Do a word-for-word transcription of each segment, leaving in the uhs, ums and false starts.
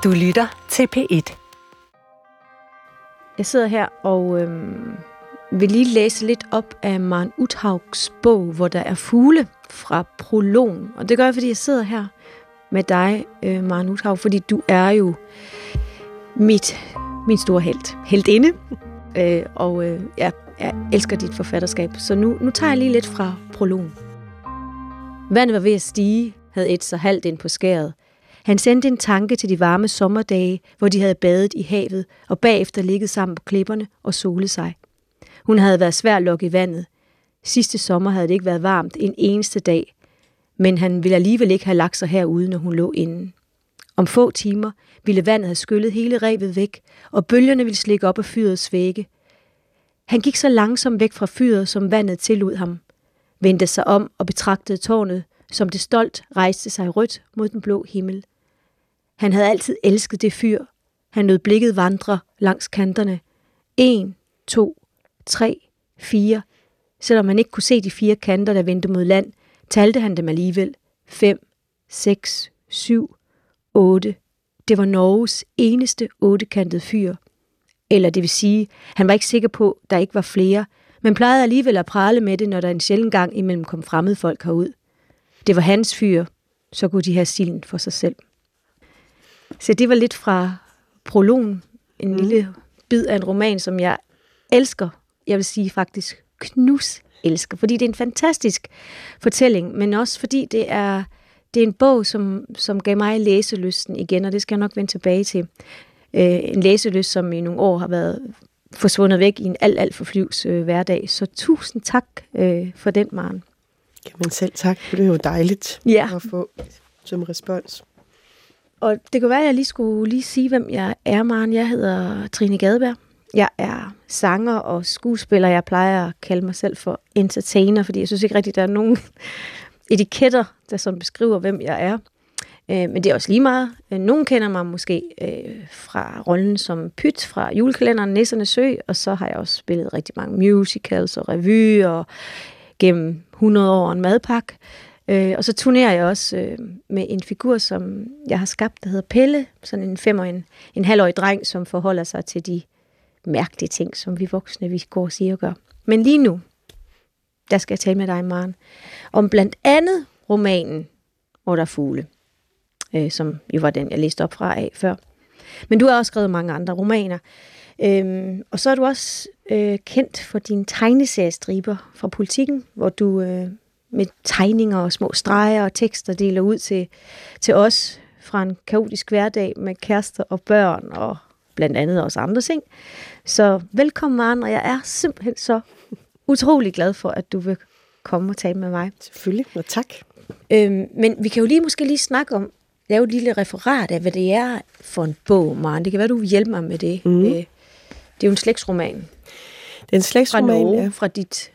Du lytter til P et. Jeg sidder her og øhm, vil lige læse lidt op af Maren Uthaugs bog, hvor der er fugle, fra prologen. Og det gør jeg, fordi jeg sidder her med dig, øh, Maren Uthaug, fordi du er jo mit, min store helt, heltinde. Øh, og øh, jeg, jeg elsker dit forfatterskab. Så nu, nu tager jeg lige lidt fra prologen. Vandet var ved at stige, havde et sig halvt ind på skæret. Han sendte en tanke til de varme sommerdage, hvor de havde badet i havet og bagefter ligget sammen på klipperne og solet sig. Hun havde været svær at lokke i vandet. Sidste sommer havde det ikke været varmt en eneste dag, men han ville alligevel ikke have lagt sig herude, når hun lå inde. Om få timer ville vandet have skyllet hele revet væk, og bølgerne ville slikke op af fyrets vægge. Han gik så langsomt væk fra fyret, som vandet tillod ham, vendte sig om og betragtede tårnet, som det stolt rejste sig rødt mod den blå himmel. Han havde altid elsket det fyr. Han lod blikket vandre langs kanterne. En, to, tre, fire. Selvom han ikke kunne se de fire kanter, der vendte mod land, talte han dem alligevel. Fem, seks, syv, otte. Det var Norges eneste ottekantede fyr. Eller det vil sige, han var ikke sikker på, der ikke var flere, men plejede alligevel at prale med det, når der en sjælden gang imellem kom fremmede folk herud. Det var hans fyr, så kunne de have stilen for sig selv. Så det var lidt fra prologen, en mm. lille bid af en roman, som jeg elsker. Jeg vil sige faktisk knus elsker, fordi det er en fantastisk fortælling, men også fordi det er, det er en bog, som, som gav mig læselysten igen, og det skal jeg nok vende tilbage til. Øh, en læselyst, som i nogle år har været forsvundet væk i en alt, alt for flyvs øh, hverdag. Så tusind tak øh, for den, Maren. Jamen selv tak, det er jo dejligt ja. at få som respons. Og det kan være, at jeg lige skulle lige sige, hvem jeg er, Maren. Jeg hedder Trine Gadeberg. Jeg er sanger og skuespiller. Jeg plejer at kalde mig selv for entertainer, fordi jeg synes ikke rigtigt, der er nogen etiketter, der som beskriver, hvem jeg er. Men det er også lige meget. Nogen kender mig måske fra rollen som Pyt fra julekalenderen Nissernes Sø, og så har jeg også spillet rigtig mange musicals og revy og gennem hundrede år en madpakke. Øh, og så turnerer jeg også øh, med en figur, som jeg har skabt, der hedder Pelle. Sådan en fem- og en, en halvårig dreng, som forholder sig til de mærkelige ting, som vi voksne, vi går og siger og gør. Men lige nu, der skal jeg tale med dig, Maren, om blandt andet romanen Hvor der er fugle, øh, som jo var den, jeg læste op fra af før. Men du har også skrevet mange andre romaner. Øhm, og så er du også øh, kendt for dine tegneseriestriber fra Politikken, hvor du øh, med tegninger og små streger og tekster deler ud til, til os fra en kaotisk hverdag med kærester og børn og blandt andet også andre ting. Så velkommen, Maren, og jeg er simpelthen så utrolig glad for, at du vil komme og tale med mig. Selvfølgelig, og tak. Øhm, men vi kan jo lige måske lige snakke om, lave et lille referat af, hvad det er for en bog, Maren. Det kan være, du vil hjælpe mig med det. Mm. Øh, det er jo en slægtsroman. Det er en slægtsroman, fra Norge, ja. Fra dit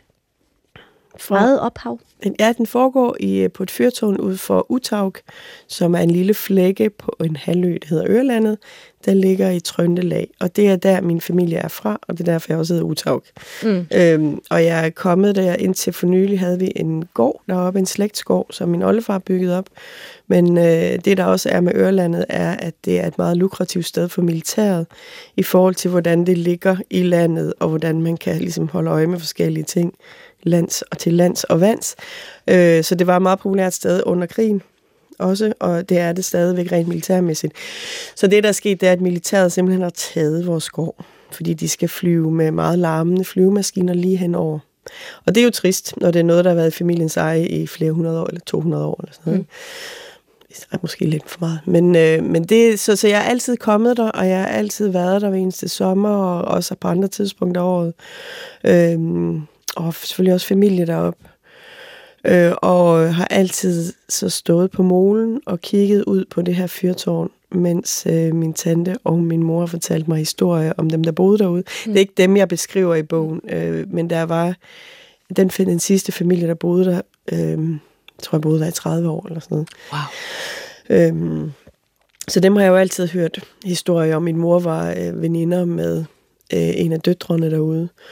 eget ophav. Den, ja, den foregår i, på et fyrtårn ude for Uthaug, som er en lille flække på en halvø, der hedder Ørlandet, der ligger i Trøndelag. Og det er der, min familie er fra, og det er derfor, jeg også hedder Uthaug. Mm. Øhm, og jeg er kommet der, indtil for nylig havde vi en gård deroppe, en slægtsgård, som min oldefar byggede op. Men øh, det, der også er med Ørlandet, er, at det er et meget lukrativt sted for militæret, i forhold til, hvordan det ligger i landet, og hvordan man kan ligesom holde øje med forskellige ting, lands og til lands og vands. Øh, så det var et meget populært sted under krigen også, og det er det stadigvæk rent militærmæssigt. Så det, der er sket, det er, at militæret simpelthen har taget vores gård, fordi de skal flyve med meget larmende flyvemaskiner lige henover. Og det er jo trist, når det er noget, der har været i familiens eje i flere hundrede år, eller to hundrede år, eller sådan noget. Mm. Det er måske lidt for meget. Men, øh, men det, så, så jeg er altid kommet der, og jeg har altid været der hver eneste sommer, og også på andre tidspunkter af året. Øh, og selvfølgelig også familie deroppe. Øh, og har altid så stået på molen og kigget ud på det her fyrtårn, mens øh, min tante og min mor fortalte mig historier om dem, der boede derude. Mm. Det er ikke dem, jeg beskriver i bogen, øh, men der var den, den sidste familie, der boede der, øh, jeg tror, jeg boede der i tredive år eller sådan noget. Wow. Øh, så dem har jeg jo altid hørt historier om. Min mor var øh, veninder med øh, en af døtrene derude.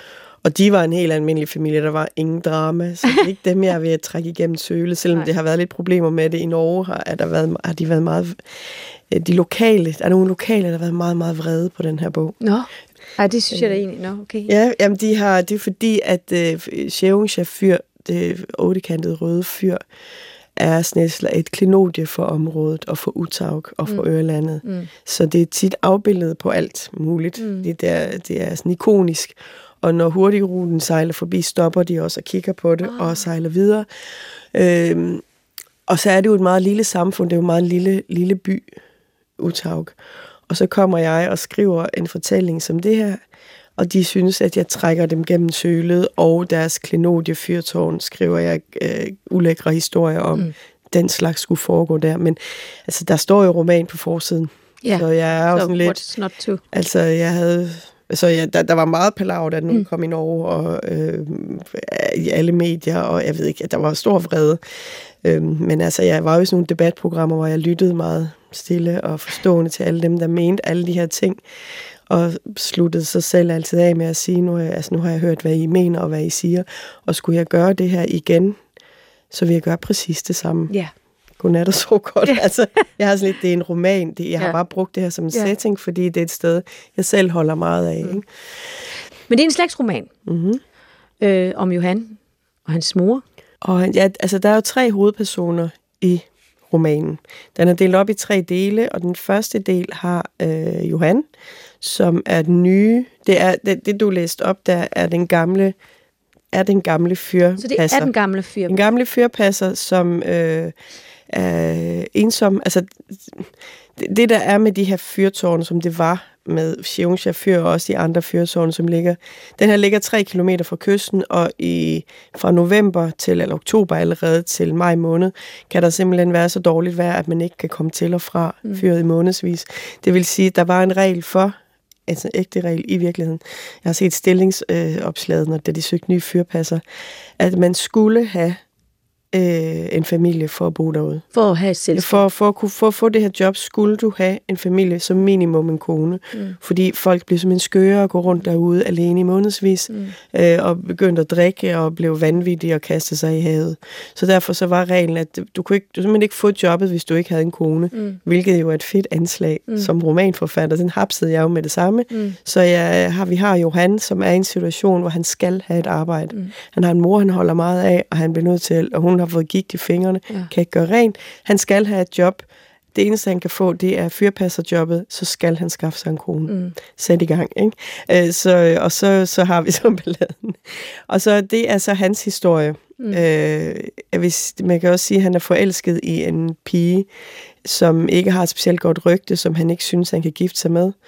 Og de var en helt almindelig familie, der var ingen drama, så det er ikke dem, jeg er ved at trække igennem sølet, selvom Nej. det har været lidt problemer med det. I Norge har, er der været, har de været meget, de lokale, der er nogle lokale, der har været meget, meget vrede på den her bog. Nå, ej, det synes jeg da egentlig, nå, okay. Ja, jamen de har, det er fordi, at øh, Sjævungsja-fyr, det ottekantede røde fyr, er sådan et klenodie for området, og for Utaug, og for mm. Ørlandet. Mm. Så det er tit afbildet på alt muligt. Mm. Det, der, det er sådan ikonisk. Og når hurtigruten sejler forbi, stopper de også og kigger på det, oh. og sejler videre. Øhm, og så er det jo et meget lille samfund, det er jo en meget lille, lille by, Utaug. Og så kommer jeg og skriver en fortælling som det her, og de synes, at jeg trækker dem gennem sølet, og deres klenodiefyrtårn skriver jeg øh, ulækre historier om. Mm. Den slags skulle foregå der. Men altså, der står jo roman på forsiden. Yeah. Så jeg er jo so sådan lidt... not to? Altså, jeg havde... Så ja, der, der var meget palaver, da den mm. kom i Norge, og øh, i alle medier, og jeg ved ikke, der var stor vrede. Øh, men altså, jeg var jo i sådan nogle debatprogrammer, hvor jeg lyttede meget stille og forstående til alle dem, der mente alle de her ting, og sluttede sig selv altid af med at sige, nu, altså, nu har jeg hørt, hvad I mener og hvad I siger, og skulle jeg gøre det her igen, så vil jeg gøre præcis det samme. Ja. Yeah. Godnat og så godt. Yeah. Altså, jeg har sådan lidt, det er en roman. Det, jeg har yeah. bare brugt det her som en yeah. setting, fordi det er et sted, jeg selv holder meget af. Mm. Ikke? Men det er en slægtsroman mm-hmm. øh, om Johan og hans mor. Og ja, altså, der er jo tre hovedpersoner i romanen. Den er delt op i tre dele, og den første del har øh, Johan, som er den nye. Det, er, det, det, du læste op, der er den gamle er den gamle fyrpasser. Så det er den gamle fyrpasser. Den gamle fyrpasser, som øh, er ensom. Altså, det, det, der er med de her fyrtårne, som det var med Sjævungsja fyr og også de andre fyrtårne, som ligger... Den her ligger tre kilometer fra kysten, og i, fra november til, eller oktober allerede til maj måned, kan der simpelthen være så dårligt vejr, at man ikke kan komme til og fra fyret i månedsvis. Det vil sige, at der var en regel for, altså en ægte regel i virkeligheden. Jeg har set stillingsopslaget, når de søgte nye fyrpasser, at man skulle have øh, en familie for at bo derude. For at have et selskab. For, for at kunne få, få det her job, skulle du have en familie, som minimum en kone. Mm. Fordi folk blev simpelthen skøre og gå rundt derude alene i månedsvis, mm. øh, og begyndte at drikke og blev vanvittige og kaste sig i havet. Så derfor så var reglen, at du kunne ikke, du simpelthen ikke få jobbet, hvis du ikke havde en kone. Mm. Hvilket jo er et fedt anslag mm. som romanforfatter. Den hapsede jeg jo med det samme. Mm. Så jeg har, vi har Johan, som er i en situation, hvor han skal have et arbejde. Mm. Han har en mor, han holder meget af, og han bliver nødt til, og hun har fået gigt i fingrene, ja. Kan ikke gøre rent. Han skal have et job. Det eneste, han kan få, det er fyrpasserjobbet, så skal han skaffe sig en kone. Mm. Sæt i gang, ikke? Så, og så, så har vi så balladen. Og så, det er så hans historie. Mm. Øh, hvis, man kan også sige, at han er forelsket i en pige, som ikke har et specielt godt rygte, som han ikke synes, han kan gifte sig med.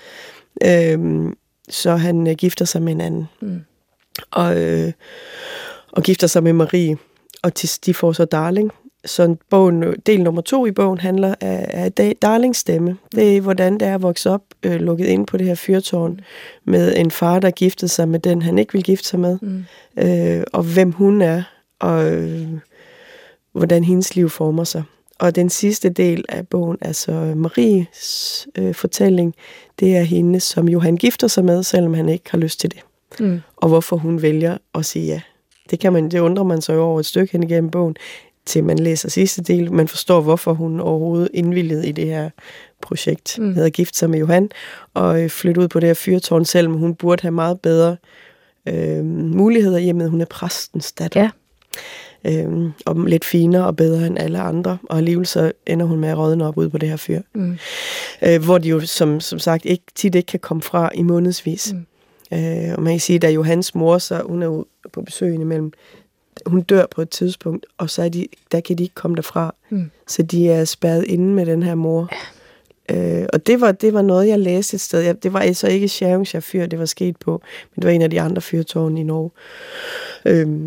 Øh, så han øh, gifter sig med en anden. Mm. Og, øh, og gifter sig med Marie. Og til, de får så Darling. Så bogen, del nummer to i bogen handler af, af Darlings stemme. Det er, hvordan det er at vokse op, øh, lukket ind på det her fyrtårn, mm. med en far, der giftede sig med den, han ikke vil gifte sig med. Mm. Øh, og hvem hun er, og øh, hvordan hendes liv former sig. Og den sidste del af bogen, altså Maries øh, fortælling, det er hende, som Johan gifter sig med, selvom han ikke har lyst til det. Mm. Og hvorfor hun vælger at sige ja. Det, kan man, det undrer man sig over et stykke hen igennem bogen, til man læser sidste del. Man forstår, hvorfor hun overhovedet indvilligede i det her projekt. Mm. Havde gift sig med Johan, og flyttet ud på det her fyrtårn, selvom hun burde have meget bedre øh, muligheder hjemme. Hun er præstens datter. Ja. Øh, og lidt finere og bedre end alle andre. Og alligevel så ender hun med at rådne op ude på det her fyr. Mm. Øh, hvor de jo, som, som sagt, ikke, tit ikke kan komme fra i månedsvis. Mm. Øh, og man kan sige, at da Johans mor, så hun er jo på besøg imellem, hun dør på et tidspunkt, og så er de, der kan de ikke komme derfra. Mm. Så de er spærret inde med den her mor. Ja. Øh, og det var, det var noget, jeg læste et sted. Jeg, det var så ikke Sjævungsja fyr, det var sket på, men det var en af de andre fyrtårne i Norge. Øh,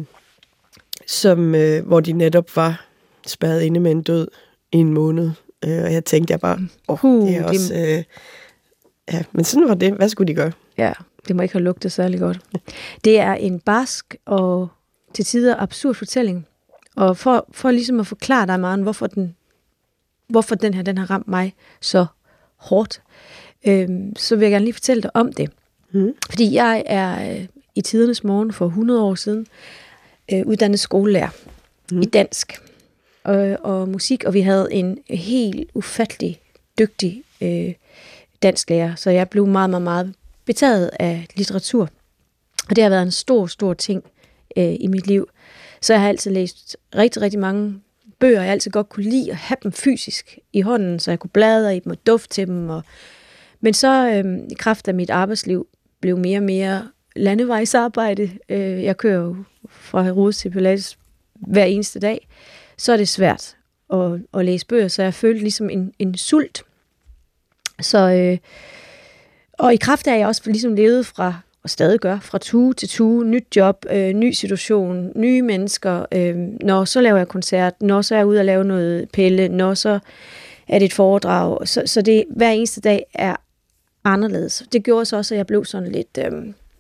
som, øh, hvor de netop var spærret inde med en død i en måned. Øh, og jeg tænkte jeg bare, åh, oh, det er også... Øh, ja, men sådan var det. Hvad skulle de gøre? Ja, det må ikke have lugtet særlig godt. Det er en barsk og til tider absurd fortælling. Og for, for ligesom at forklare dig, Maren, hvorfor den, hvorfor den her den har ramt mig så hårdt, øhm, så vil jeg gerne lige fortælle dig om det. Mm. Fordi jeg er i tidernes morgen for hundrede år siden, øh, uddannet skolelærer mm. i dansk og, og musik, og vi havde en helt ufattelig dygtig øh, dansklærer, så jeg blev meget, meget, meget betaget af litteratur. Og det har været en stor, stor ting øh, i mit liv. Så jeg har altid læst rigtig, rigtig mange bøger, jeg altid godt kunne lide at have dem fysisk i hånden, så jeg kunne bladre i dem og dufte til dem. Og... Men så øh, i kraft af mit arbejdsliv blev mere og mere landevejsarbejde. Øh, jeg kører jo fra Herodes til Pilates hver eneste dag. Så er det svært at, at læse bøger, så jeg følte ligesom en, en sult. Så, øh, og i kraft af, at jeg også ligesom levede fra, og stadig gør, fra tue til tue, nyt job, øh, ny situation, nye mennesker. Øh, når så laver jeg koncert, når så er jeg ude og lave noget pille, når så er det et foredrag. Så, så det hver eneste dag er anderledes. Det gjorde så også, at jeg blev sådan lidt øh,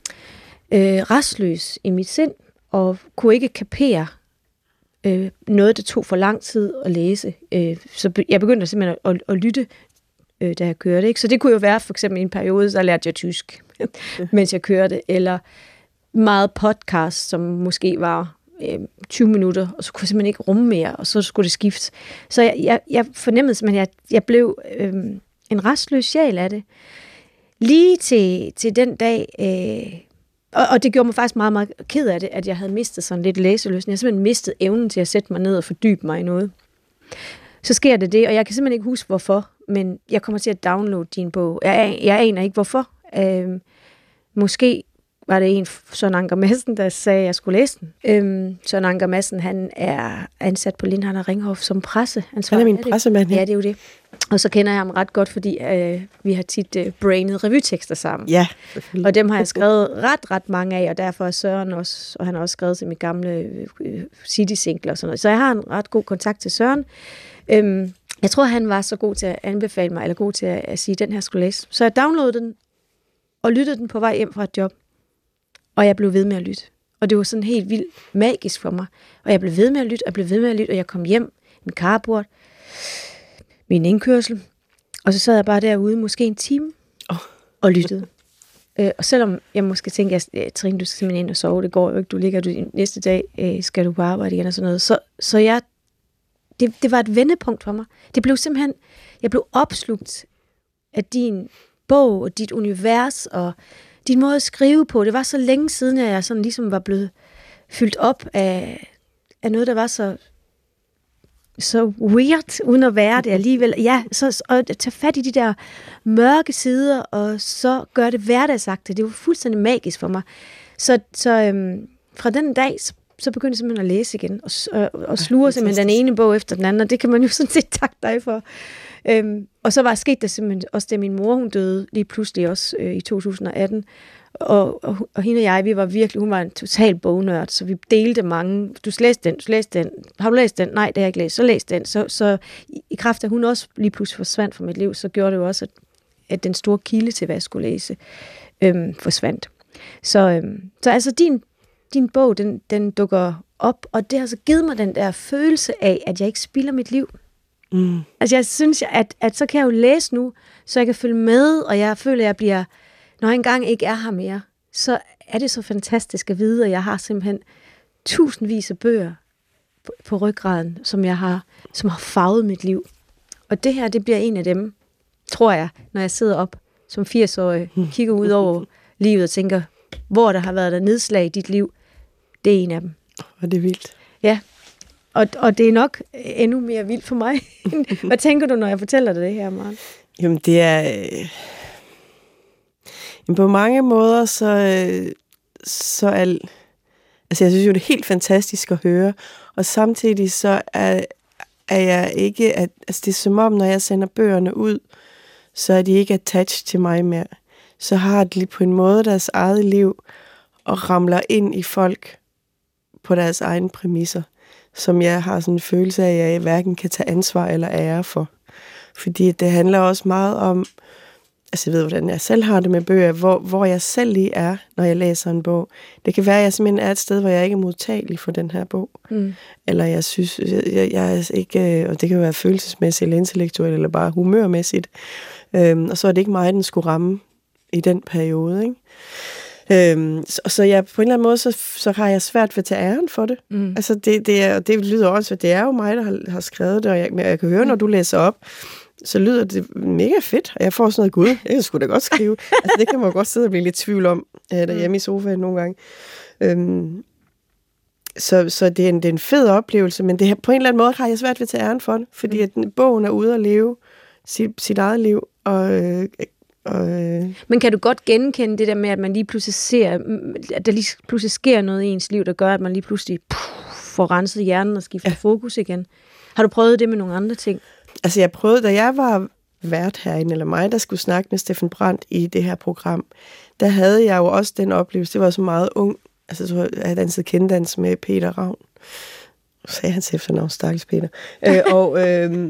øh, restløs i mit sind, og kunne ikke kapere øh, noget, der tog for lang tid at læse. Øh, så jeg begyndte simpelthen at, at, at lytte, øh, da jeg kørte. Ikke? Så det kunne jo være, for eksempel i en periode, så lærte jeg tysk, mens jeg kørte, eller meget podcast, som måske var øh, tyve minutter, og så kunne jeg simpelthen ikke rumme mere, og så skulle det skifte. Så jeg, jeg, jeg fornemmede simpelthen, at jeg, jeg blev øh, en restløs sjæl af det. Lige til, til den dag, øh, og, og det gjorde mig faktisk meget, meget ked af det, at jeg havde mistet sådan lidt læseløsning. Jeg havde simpelthen mistet evnen til at sætte mig ned og fordybe mig i noget. Så sker det det, og jeg kan simpelthen ikke huske, hvorfor, men jeg kommer til at downloade din bog. Jeg, jeg aner ikke, hvorfor. Øh, måske var det en, Søren Anker Madsen, der sagde, at jeg skulle læse den. Øhm, Søren Anker Madsen, han er ansat på Lindhardt og Ringhof som presse. Han er min pressemand. Ja, det er jo det. Og så kender jeg ham ret godt, fordi øh, vi har tit øh, brainet revytekster sammen. Ja, og dem har jeg skrevet ret, ret mange af, og derfor er Søren også, og han har også skrevet til mit gamle øh, City-singler og sådan noget. Så jeg har en ret god kontakt til Søren. Øhm, jeg tror, han var så god til at anbefale mig, eller god til at, at sige, at den her skulle læse. Så jeg downloadede den, og lyttede den på vej hjem fra et job. Og jeg blev ved med at lytte. Og det var sådan helt vildt magisk for mig. Og jeg blev ved med at lytte, og jeg blev ved med at lytte, og jeg kom hjem, min carport, min indkørsel, og så sad jeg bare derude, måske en time, oh. og lyttede. øh, og selvom jeg måske tænkte, at Trine, du skal simpelthen ind og sove, det går jo ikke, du ligger du næste dag, øh, skal du på arbejde igen og sådan noget. Så, så jeg, det, det var et vendepunkt for mig. Det blev simpelthen, jeg blev opslugt af din bog, og dit univers, og din måde at skrive på. Det var så længe siden, at jeg sådan ligesom var blevet fyldt op af, af noget, der var så, så weird, uden at være det alligevel. Ja, så at tage fat i de der mørke sider, og så gøre det hverdagsagtigt. Det var fuldstændig magisk for mig. Så, så øhm, fra den dag, så, så begyndte jeg simpelthen at læse igen, og, og, og sluger ja, simpelthen den ene bog efter den anden, og det kan man jo sådan set takke dig for. Øhm, og så var sket der simpelthen også, da min mor, hun døde lige pludselig også øh, i to tusind og atten, og, og, og hende og jeg, vi var virkelig, hun var en total bognørd, så vi delte mange, du skal læse den, du skal læse den, har du læst den? Nej, det har jeg ikke læst, så læs den. Så, så i, i kraft af, at hun også lige pludselig forsvandt fra mit liv, så gjorde det jo også, at, at den store kilde til, hvad jeg skulle læse, øhm, forsvandt. Så, øhm, så altså din, din bog, den, den dukker op, og det har så givet mig den der følelse af, at jeg ikke spilder mit liv. Mm. Altså jeg synes, at, at så kan jeg jo læse nu, så jeg kan følge med, og jeg føler, at jeg bliver, når jeg engang ikke er her mere, så er det så fantastisk at vide, at jeg har simpelthen tusindvis af bøger på, på ryggraden, som jeg har, som har farvet mit liv. Og det her, det bliver en af dem, tror jeg, når jeg sidder op som firs-årig, kigger ud over livet og tænker, hvor der har været der nedslag i dit liv, det er en af dem. Og det er vildt. Ja. Og, og det er nok endnu mere vildt for mig. Hvad tænker du, når jeg fortæller dig det her, Maren? Jamen, det er... Øh, på mange måder, så, øh, så er... Altså, jeg synes jo, det er helt fantastisk at høre. Og samtidig så er, er jeg ikke... At, altså, det er som om, når jeg sender bøgerne ud, så er de ikke attached til mig mere. Så har de på en måde deres eget liv, og ramler ind i folk på deres egne præmisser, som jeg har sådan en følelse af, at jeg hverken kan tage ansvar eller ære for. Fordi det handler også meget om, altså jeg ved, hvordan jeg selv har det med bøger, hvor, hvor jeg selv lige er, når jeg læser en bog. Det kan være, at jeg simpelthen er et sted, hvor jeg ikke er modtagelig for den her bog. Mm. Eller jeg synes, jeg, jeg, jeg er ikke, og det kan være følelsesmæssigt eller intellektuelt, eller bare humørmæssigt. Øhm, og så er det ikke mig, den skulle ramme i den periode, ikke? Øhm, så, så jeg, på en eller anden måde, så, så har jeg svært ved at tage æren for det. Mm. Altså, det, det, er, det lyder også, det er jo mig, der har, har skrevet det, og jeg, jeg kan høre, når du læser op, så lyder det mega fedt, og jeg får sådan noget, gud, jeg skulle da godt skrive. Altså, det kan man jo godt sidde og blive lidt i tvivl om, øh, derhjemme i sofaen nogle gange. Øhm, så, så det er, en, det er en fed oplevelse, men det, på en eller anden måde har jeg svært ved at tage æren for det, fordi mm. at den, bogen er ude at leve sit, sit eget liv, og... Øh, Og, øh... Men kan du godt genkende det der med, at man lige pludselig ser, at der lige pludselig sker noget i ens liv, der gør, at man lige pludselig puh, får renset hjernen og skifter ja. fokus igen? Har du prøvet det med nogle andre ting? Altså jeg prøvede, da jeg var vært herinde, eller mig, der skulle snakke med Steffen Brandt i det her program, der havde jeg jo også den oplevelse, det var så meget ung, altså så jeg havde danset kenddans med Peter Ravn. Så sagde hans efternavn, stakkels Peter. øh, og, øh,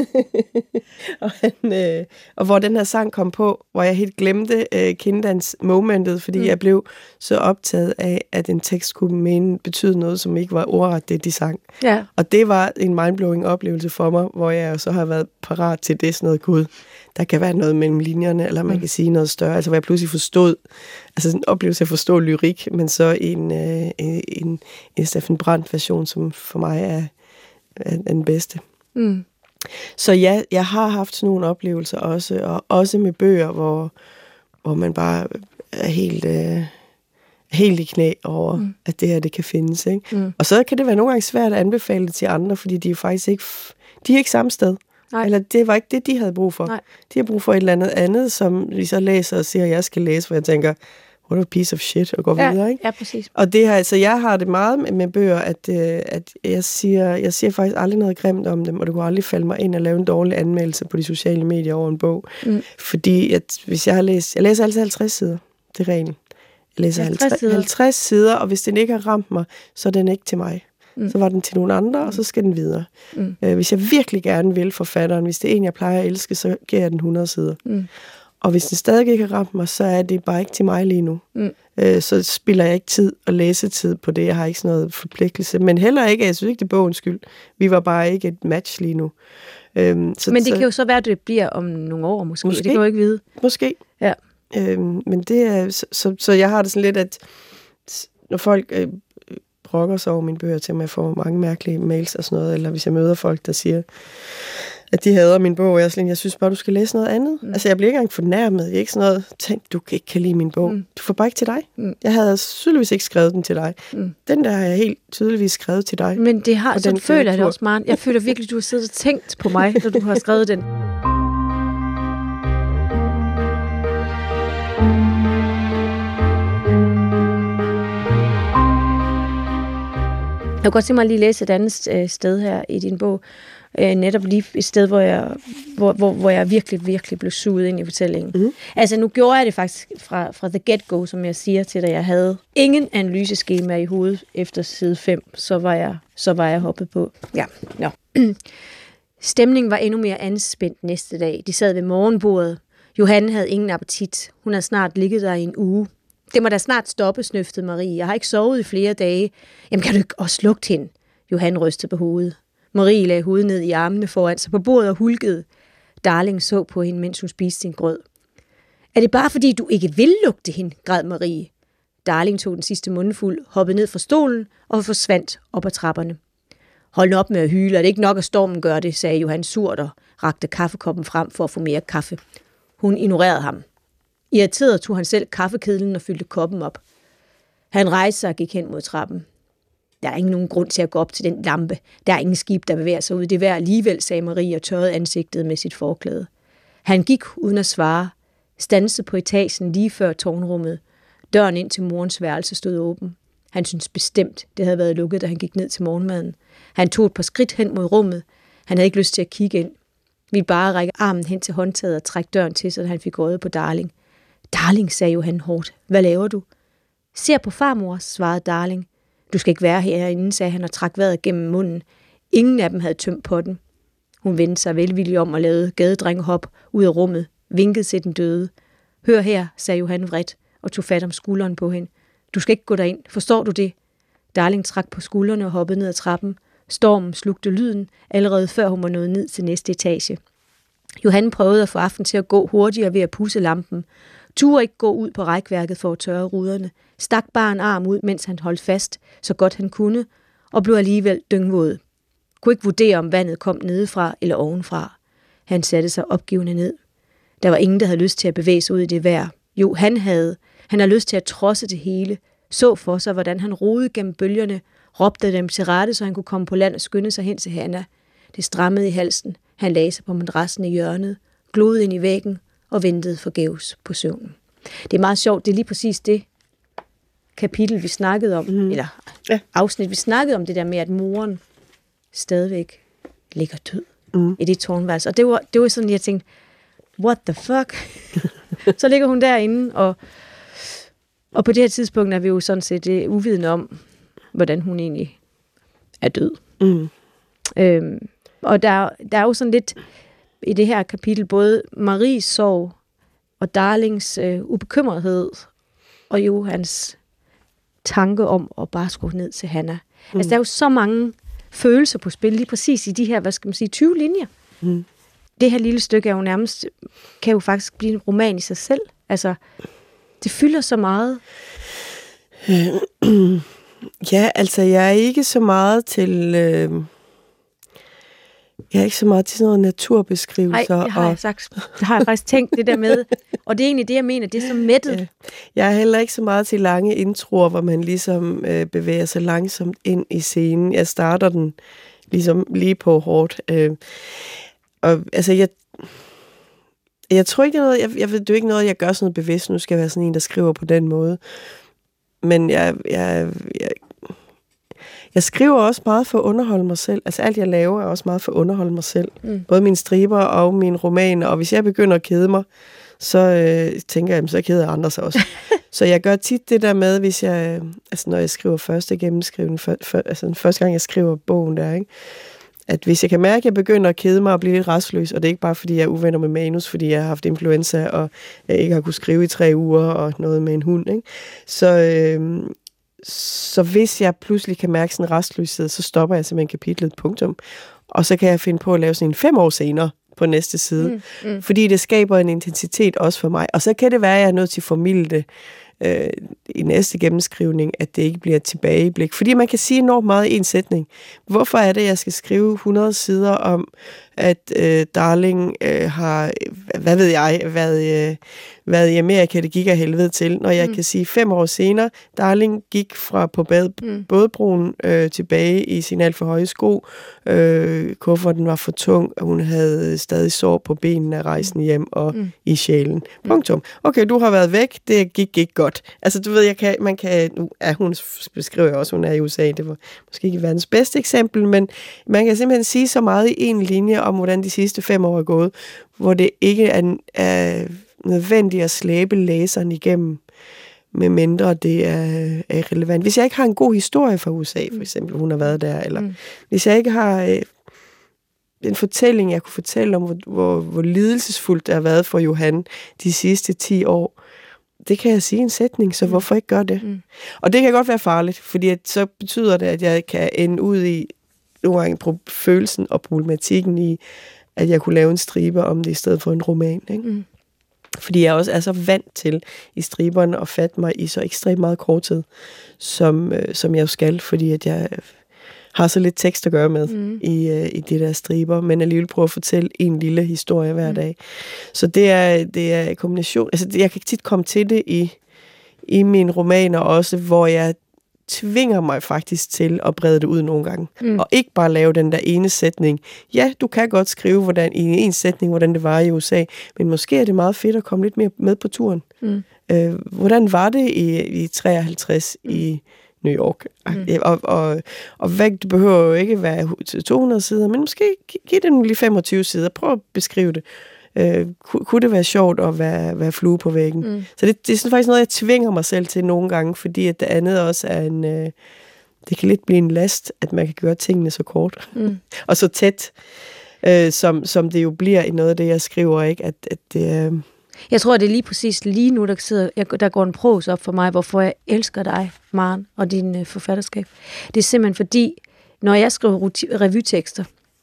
og, han, øh, og hvor den her sang kom på, hvor jeg helt glemte øh, kindans-momentet, fordi mm. jeg blev så optaget af, at en tekst kunne mene, betyde noget, som ikke var ordret det, de sang. Ja. Og det var en mindblowing oplevelse for mig, hvor jeg så har været parat til det, sådan noget, gud, der kan være noget mellem linjerne, eller man mm. kan sige noget større, altså hvor jeg pludselig forstod, altså sådan en oplevelse at forstå lyrik, men så en, øh, en, en Steffen Brandt-version, som for mig er, er den bedste. Mm. Så ja, jeg har haft sådan nogle oplevelser også, og også med bøger, hvor, hvor man bare er helt, øh, helt i knæ over, mm. at det her, det kan findes. Ikke? Mm. Og så kan det være nogle gange svært at anbefale det til andre, fordi de er faktisk ikke, de er ikke samme sted. Nej. Eller det var ikke det, de havde brug for. Nej. De har brug for et eller andet andet, som vi så læser og siger, at jeg skal læse, hvor jeg tænker, what a piece of shit, og går ja, videre, ikke? Ja, præcis. Og det her, altså, jeg har det meget med, med bøger, at, at jeg, siger, jeg siger faktisk aldrig noget grimt om dem, og det kunne aldrig falde mig ind og lave en dårlig anmeldelse på de sociale medier over en bog. Mm. Fordi at hvis jeg har læst, jeg læser altid halvtreds sider, det er reglen. Jeg læser halvtreds, halvtreds sider, og hvis den ikke har ramt mig, så er den ikke til mig. Mm. Så var den til nogle andre, og så skal den videre. Mm. Øh, hvis jeg virkelig gerne vil forfatteren, hvis det er en, jeg plejer at elske, så giver jeg den hundrede sider. Mm. Og hvis den stadig ikke har ramt mig, så er det bare ikke til mig lige nu. Mm. Øh, så spilder jeg ikke tid og læsetid på det. Jeg har ikke sådan noget forpligtelse. Men heller ikke, jeg synes ikke, det er bogens skyld. Vi var bare ikke et match lige nu. Øhm, så, men det så, kan jo så være, at det bliver om nogle år måske. måske. Det kan jo ikke vide. Måske. Ja. Øhm, men det er, så, så, så jeg har det sådan lidt, at når folk... Øh, brokker sig over mine bøger til, at jeg får mange mærkelige mails og sådan noget, eller hvis jeg møder folk, der siger, at de hader min bog, og jeg, sådan, jeg synes bare, du skal læse noget andet. Mm. Altså, jeg bliver ikke engang fornærmet. Det er ikke sådan noget, tænk, du ikke kan lide min bog. Mm. Du får bare ikke til dig. Mm. Jeg havde tydeligvis ikke skrevet den til dig. Mm. Den der har jeg helt tydeligvis skrevet til dig. Men det har, sådan føler jeg det også, Maren. Jeg føler virkelig, du har siddet og tænkt på mig, når du har skrevet den. Jeg kan godt tænke mig at lige læse et andet øh, sted her i din bog. Øh, netop lige et sted, hvor jeg, hvor, hvor, hvor jeg virkelig, virkelig blev suget ind i fortællingen. Mm. Altså, nu gjorde jeg det faktisk fra, fra the get-go, som jeg siger til dig. Jeg havde ingen analyseskema i hovedet efter side fem. Så var jeg, så var jeg hoppet på. Ja, no. Stemningen var endnu mere anspændt næste dag. De sad ved morgenbordet. Johanne havde ingen appetit. Hun havde snart ligget der i en uge. Det må da snart stoppe, snøftede Marie. Jeg har ikke sovet i flere dage. Jamen, kan du ikke også lugte hende? Johan rystede på hovedet. Marie lagde hovedet ned i armene foran sig på bordet og hulkede. Darling så på hende, mens hun spiste sin grød. Er det bare fordi, du ikke vil lugte hende, græd Marie. Darling tog den sidste mundfuld, hoppede ned fra stolen og forsvandt op ad trapperne. Hold nu op med at hyle, er det ikke nok, at stormen gør det, sagde Johan surt og rakte kaffekoppen frem for at få mere kaffe. Hun ignorerede ham. Irriteret tog han selv kaffekedlen og fyldte koppen op. Han rejste sig og gik hen mod trappen. Der er ingen nogen grund til at gå op til den lampe. Der er ingen skib, der bevæger sig ud. Det er vejr alligevel, sagde Marie og tørrede ansigtet med sit forklæde. Han gik uden at svare. Stansede på etagen lige før tårnrummet. Døren ind til morens værelse stod åben. Han syntes bestemt, det havde været lukket, da han gik ned til morgenmaden. Han tog et par skridt hen mod rummet. Han havde ikke lyst til at kigge ind. Ville bare række armen hen til håndtaget og trække døren til, så han fik øje på Darling. Darling, sagde Johan hårdt. Hvad laver du? Ser på farmor, svarede Darling. Du skal ikke være herinde, sagde han og trak vejret gennem munden. Ingen af dem havde tømt potten. Hun vendte sig velvilligt om og lavede gadedrengehop ud af rummet, vinkede til den døde. Hør her, sagde Johan vredt og tog fat om skulderen på hende. Du skal ikke gå derind, forstår du det? Darling trak på skuldrene og hoppede ned ad trappen. Stormen slugte lyden, allerede før hun var nået ned til næste etage. Johan prøvede at få aften til at gå hurtigere ved at pudse lampen. turde ikke gå ud på rækværket for at tørre ruderne, stak bare en arm ud, mens han holdt fast, så godt han kunne, og blev alligevel dyngvåd. Kunne ikke vurdere, om vandet kom nedefra eller ovenfra. Han satte sig opgivende ned. Der var ingen, der havde lyst til at bevæge sig ud i det vejr. Jo, han havde. Han havde lyst til at trodse det hele. Så for sig, hvordan han rodede gennem bølgerne, råbte dem til rette, så han kunne komme på land og skynde sig hen til Hanna. Det strammede i halsen. Han lagde sig på madrassen i hjørnet, glodede ind i væggen og ventede forgæves på søvnen. Det er meget sjovt. Det er lige præcis det kapitel, vi snakkede om, mm. eller ja. afsnit, vi snakkede om det der med, at moren stadigvæk ligger død mm. i det tårnværelse. Og det var, det var sådan, jeg tænkte, what the fuck? Så ligger hun derinde, og, og på det her tidspunkt er vi jo sådan set uh, uvidende om, hvordan hun egentlig er død. Mm. Øhm, og der, der er jo sådan lidt i det her kapitel, både Maries sorg og Darlings øh, ubekymrethed, og jo hans tanke om at bare skulle ned til Hanna. Mm. Altså, der er jo så mange følelser på spil, lige præcis i de her, hvad skal man sige, tyve linjer. Mm. Det her lille stykke er jo nærmest, kan jo faktisk blive en roman i sig selv. Altså, det fylder så meget. Ja, altså, jeg er ikke så meget til... Øh Jeg er ikke så meget til sådan noget naturbeskrivelser. Nej, det har og... jeg sagt. Det har jeg faktisk tænkt det der med. Og det er egentlig det, jeg mener. Det er så mættet. Ja. Jeg er heller ikke så meget til lange introer, hvor man ligesom øh, bevæger sig langsomt ind i scenen. Jeg starter den ligesom lige på hårdt. Øh, og altså, jeg... Jeg tror ikke, det er noget... Jeg, jeg ved, det er ikke noget, jeg gør sådan noget bevidst. Nu skal jeg være sådan en, der skriver på den måde. Men jeg... jeg, jeg Jeg skriver også meget for at underholde mig selv. Altså alt, jeg laver, er også meget for at underholde mig selv. Mm. Både mine striber og mine romaner. Og hvis jeg begynder at kede mig, så øh, tænker jeg, så keder andre sig også. Så jeg gør tit det der med, hvis jeg... Altså når jeg skriver første gennemskrivning, for, for, altså den første gang, jeg skriver bogen der, ikke? At hvis jeg kan mærke, at jeg begynder at kede mig og blive lidt rastløs, og det er ikke bare, fordi jeg er uvenner med manus, fordi jeg har haft influenza, og jeg ikke har kunnet skrive i tre uger, og noget med en hund, ikke? Så... Øh, Så hvis jeg pludselig kan mærke sådan en rastløshed, så stopper jeg simpelthen kapitlet, punktum. Og så kan jeg finde på at lave sådan en fem år senere på næste side. Mm, mm. Fordi det skaber en intensitet også for mig. Og så kan det være, at jeg er nødt til at formidle det øh, i næste gennemskrivning, at det ikke bliver et tilbageblik. Fordi man kan sige enormt meget i en sætning. Hvorfor er det, at jeg skal skrive hundrede sider om, at øh, Darling øh, har, hvad ved jeg, været, øh, været i Amerika, det gik af helvede til, når jeg mm. kan sige fem år senere, Darling gik fra på bad, mm. bådbroen øh, tilbage i sin alt for høje sko, øh, kufferten var for tung, og hun havde stadig sår på benene af rejsen hjem og mm. i sjælen. Punktum. Okay, du har været væk, det gik ikke godt. Altså, du ved, jeg kan, man kan, nu er hun, beskriver også, hun er i U S A, det var måske ikke verdens bedste eksempel, men man kan simpelthen sige så meget i en linje om, hvordan de sidste fem år er gået, hvor det ikke er, er nødvendigt at slæbe læseren igennem, med mindre det er, er relevant. Hvis jeg ikke har en god historie fra U S A, for eksempel, hun har været der, eller mm. hvis jeg ikke har øh, en fortælling, jeg kunne fortælle om, hvor, hvor, hvor lidelsesfuldt det har været for Johan de sidste ti år, det kan jeg sige i en sætning, så hvorfor ikke gøre det? Mm. Og det kan godt være farligt, fordi at, så betyder det, at jeg kan ende ud i nogle gange følelsen og problematikken i, at jeg kunne lave en stribe om det i stedet for en roman. Ikke? Mm. Fordi jeg også er så vant til i striberne at fatte mig i så ekstremt meget kort tid, som, øh, som jeg jo skal, fordi at jeg har så lidt tekst at gøre med mm. i, øh, i de der striber, men alligevel prøve at fortælle en lille historie hver mm. dag. Så det er, det er en kombination. Altså, jeg kan tit komme til det i, i mine romaner også, hvor jeg tvinger mig faktisk til at brede det ud nogle gange. Mm. Og ikke bare lave den der ene sætning. Ja, du kan godt skrive hvordan, i en sætning, hvordan det var i U S A, men måske er det meget fedt at komme lidt mere med på turen. Mm. Øh, hvordan var det i, i treoghalvtreds mm. i New York? Mm. Og, og, og hvad, det behøver jo ikke være to hundrede sider, men måske giv det nu lige femogtyve sider. Prøv at beskrive det. Øh, kunne det være sjovt at være, være flue på væggen? Mm. Så det, det er sådan faktisk noget, jeg tvinger mig selv til nogle gange, fordi at det andet også er en... Øh, det kan lidt blive en last, at man kan gøre tingene så kort. Mm. og så tæt, øh, som, som det jo bliver i noget af det, jeg skriver, ikke? At, at det, øh... Jeg tror, det er lige præcis lige nu, der, sidder, jeg, der går en pros op for mig, hvorfor jeg elsker dig, Maren, og din øh, forfatterskab. Det er simpelthen fordi, når jeg skriver revytekster,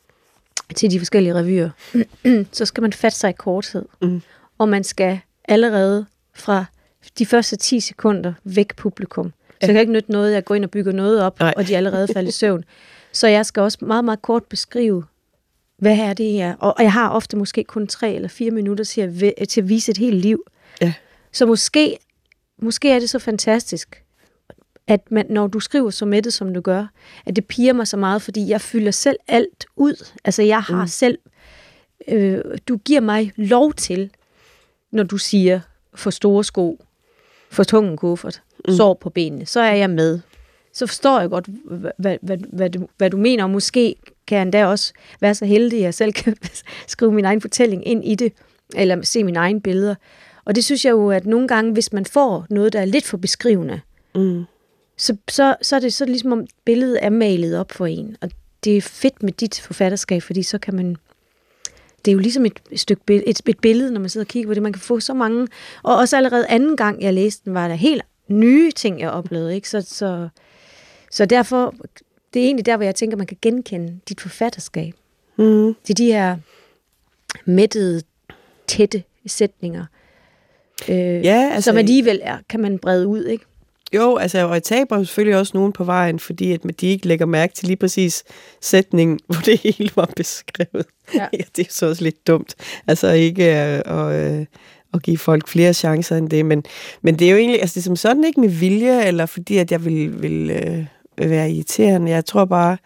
til de forskellige revyer, så skal man fatte sig i korthed. Mm. Og man skal allerede fra de første ti sekunder væk publikum. Så jeg kan ikke nytte noget, jeg går ind og bygger noget op, Nej. og de er allerede faldet i søvn. Så jeg skal også meget, meget kort beskrive, hvad er det her? Og jeg har ofte måske kun tre eller fire minutter til at, til at vise et helt liv. Ja. Så måske, måske er det så fantastisk, at man, når du skriver så mættet, som du gør, at det piger mig så meget, fordi jeg fylder selv alt ud. Altså jeg har mm. selv, øh, du giver mig lov til, når du siger, for store sko, for tung kuffert, mm. sår på benene, så er jeg med. Så forstår jeg godt, hvad, hvad, hvad, du, hvad du mener, og måske kan jeg endda også være så heldig, at jeg selv kan skrive min egen fortælling ind i det, eller se mine egne billeder. Og det synes jeg jo, at nogle gange, hvis man får noget, der er lidt for beskrivende, mm. så, så, så er det så ligesom, om billedet er malet op for en. Og det er fedt med dit forfatterskab, fordi så kan man... Det er jo ligesom et stykke billede, et, et billede, når man sidder og kigger på det. Man kan få så mange... Og også allerede anden gang, jeg læste den, var der helt nye ting, jeg oplevede. Ikke? Så, så, så derfor... Det er egentlig der, hvor jeg tænker, man kan genkende dit forfatterskab. Mm. Til de her mættede, tætte sætninger, øh, ja, altså, som alligevel er, kan man brede ud, ikke? Jo, altså, og jeg taber selvfølgelig også nogen på vejen, fordi at de ikke lægger mærke til lige præcis sætningen, hvor det hele var beskrevet. Ja. Ja, det er så også lidt dumt. Altså ikke at, at, at give folk flere chancer end det, men, men det er jo egentlig, altså det er som sådan ikke med vilje, eller fordi at jeg vil, vil øh, være irriterende. Jeg tror bare,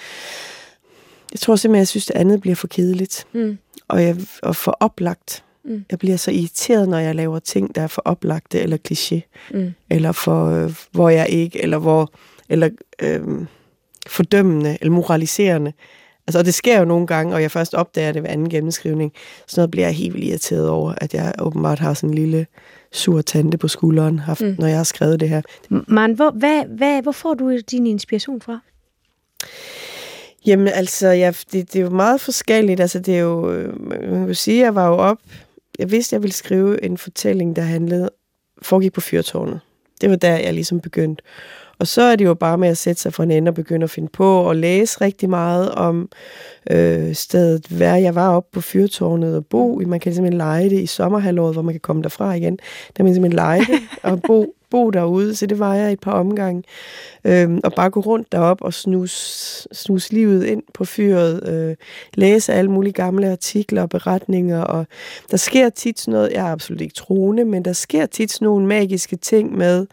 jeg tror simpelthen, jeg synes, det andet bliver for kedeligt. Mm. Og, jeg, og for oplagt. Mm. Jeg bliver så irriteret, når jeg laver ting, der er for oplagte, eller kliché. Mm. Eller for, øh, hvor jeg ikke, eller hvor, eller øh, fordømmende, eller moraliserende. Altså, og det sker jo nogle gange, og jeg først opdager det ved anden gennemskrivning. Sådan noget bliver jeg helt vildt irriteret over, at jeg åbenbart har sådan en lille sur tante på skulderen, haft, mm. når jeg har skrevet det her. Man, hvor, hvad, hvad, hvor får du din inspiration fra? Jamen, altså, jeg, det, det er jo meget forskelligt. Altså, det er jo, man kan sige, jeg var jo op, jeg vidste, jeg ville skrive en fortælling, der handlede, foregik på fyrtårnet. Det var der, jeg ligesom begyndte. Og så er det jo bare med at sætte sig for en ende og begynde at finde på og læse rigtig meget om øh, stedet, hvor jeg var oppe på fyrtårnet og bo. Man kan simpelthen leje det i sommerhalvåret, hvor man kan komme derfra igen. Der kan man simpelthen leje det og bo, bo derude, så det var jeg et par omgange. Øhm, og bare gå rundt derop og snus, snus livet ind på fyret. Øh, læse alle mulige gamle artikler og beretninger. Og der sker tit sådan noget, jeg er absolut ikke troende, men der sker tit sådan nogle magiske ting med...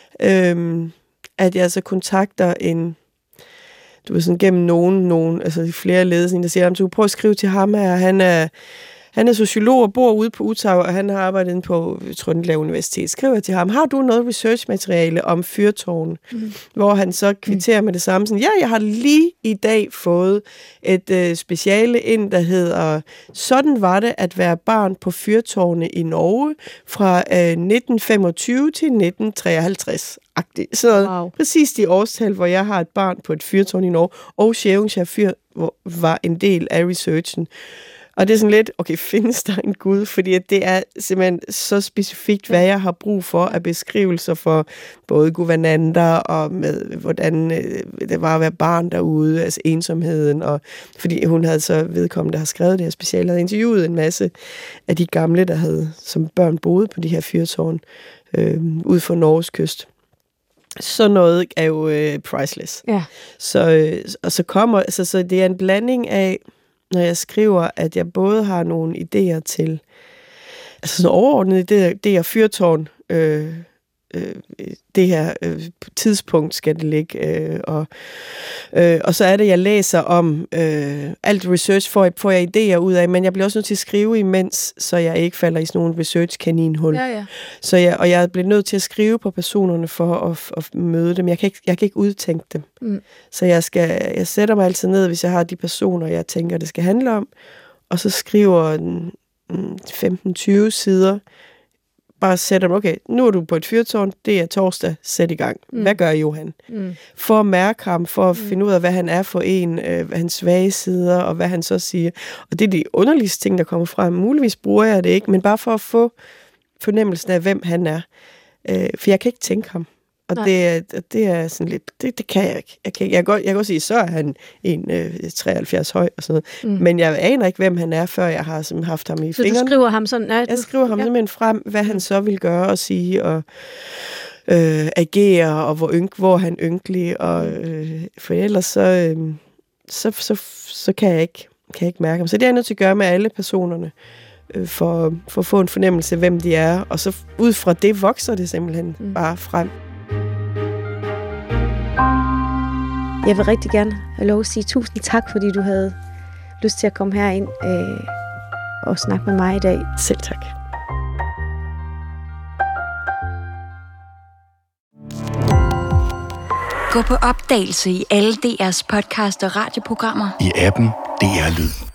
Øh, at jeg så kontakter en, du ved sådan gennem nogen, nogen altså flere ledelser, der siger, at du prøver at skrive til ham her, han er, han er sociolog og bor ude på Utah, og han har arbejdet på Trøndelag Universitet. Skriver til ham, har du noget researchmateriale om fyrtårn? Mm. Hvor han så kvitterer mm. med det samme, sådan, ja, jeg har lige i dag fået et øh, speciale ind, der hedder, sådan var det at være barn på fyrtårne i Norge fra øh, nitten femogtyve til nitten treoghalvtreds. Så wow. Præcis de årstal, hvor jeg har et barn på et fyrtårn i Norge, og Sjævnsjær Fyr var en del af researchen. Og det er sådan lidt, okay, findes der en Gud? Fordi det er simpelthen så specifikt, hvad jeg har brug for af beskrivelser for både guvernanter og med, hvordan øh, det var at være barn derude, altså ensomheden. Og fordi hun havde så vedkommende, der har skrevet det her speciale, havde interviewet en masse af de gamle, der havde som børn boet på de her fyrtårn øh, ud for Norges kyst. Så noget er jo øh, priceless. Ja. Så, øh, og så kommer, altså, så det er en blanding af, når jeg skriver, at jeg både har nogle idéer til, altså sådan overordnede idéer, det er fyrtårn, øh, øh, det her øh, tidspunkt skal det ligge, øh, og, øh, og så er det, jeg læser om øh, alt research, får jeg, får jeg idéer ud af, men jeg bliver også nødt til at skrive imens, så jeg ikke falder i sådan nogle research-kaninhul. Ja, ja. Så jeg, og jeg bliver nødt til at skrive på personerne for at, at møde dem. Jeg kan ikke, jeg kan ikke udtænke dem. Mm. Så jeg, skal, jeg sætter mig altid ned, hvis jeg har de personer, jeg tænker, det skal handle om, og så skriver femten tyve sider, bare sætter dem, okay, nu er du på et fyrtårn, det er torsdag, sæt i gang. Mm. Hvad gør Johan? Mm. For at mærke ham, for at mm. finde ud af, hvad han er for en, øh, hans svage sider, og hvad han så siger. Og det er de underligste ting, der kommer frem. Muligvis bruger jeg det ikke, men bare for at få fornemmelsen af, hvem han er. Øh, for jeg kan ikke tænke ham. Og det er, det er sådan lidt, det, det kan jeg ikke. Jeg kan, jeg kan, godt, jeg kan godt sige, så er han en øh, treoghalvfjerds høj og sådan noget. Mm. Men jeg aner ikke, hvem han er, før jeg har simpelthen haft ham i så fingrene. Så du skriver ham sådan? Nej, jeg skriver ham ja. simpelthen frem, hvad han så vil gøre og sige, og øh, agere, og hvor, ynk, hvor han ynkelig. Og, øh, for ellers så, øh, så, så, så kan, jeg ikke, kan jeg ikke mærke ham. Så det er jeg nødt til at gøre med alle personerne. For, for at få en fornemmelse af, hvem de er. Og så ud fra det vokser det simpelthen mm. bare frem. Jeg vil rigtig gerne have lov at sige tusind tak, fordi du havde lyst til at komme herind øh, og snakke med mig i dag. Selv tak. Gå på opdagelse i alle D R's podcast og radioprogrammer. I appen D R Lyd.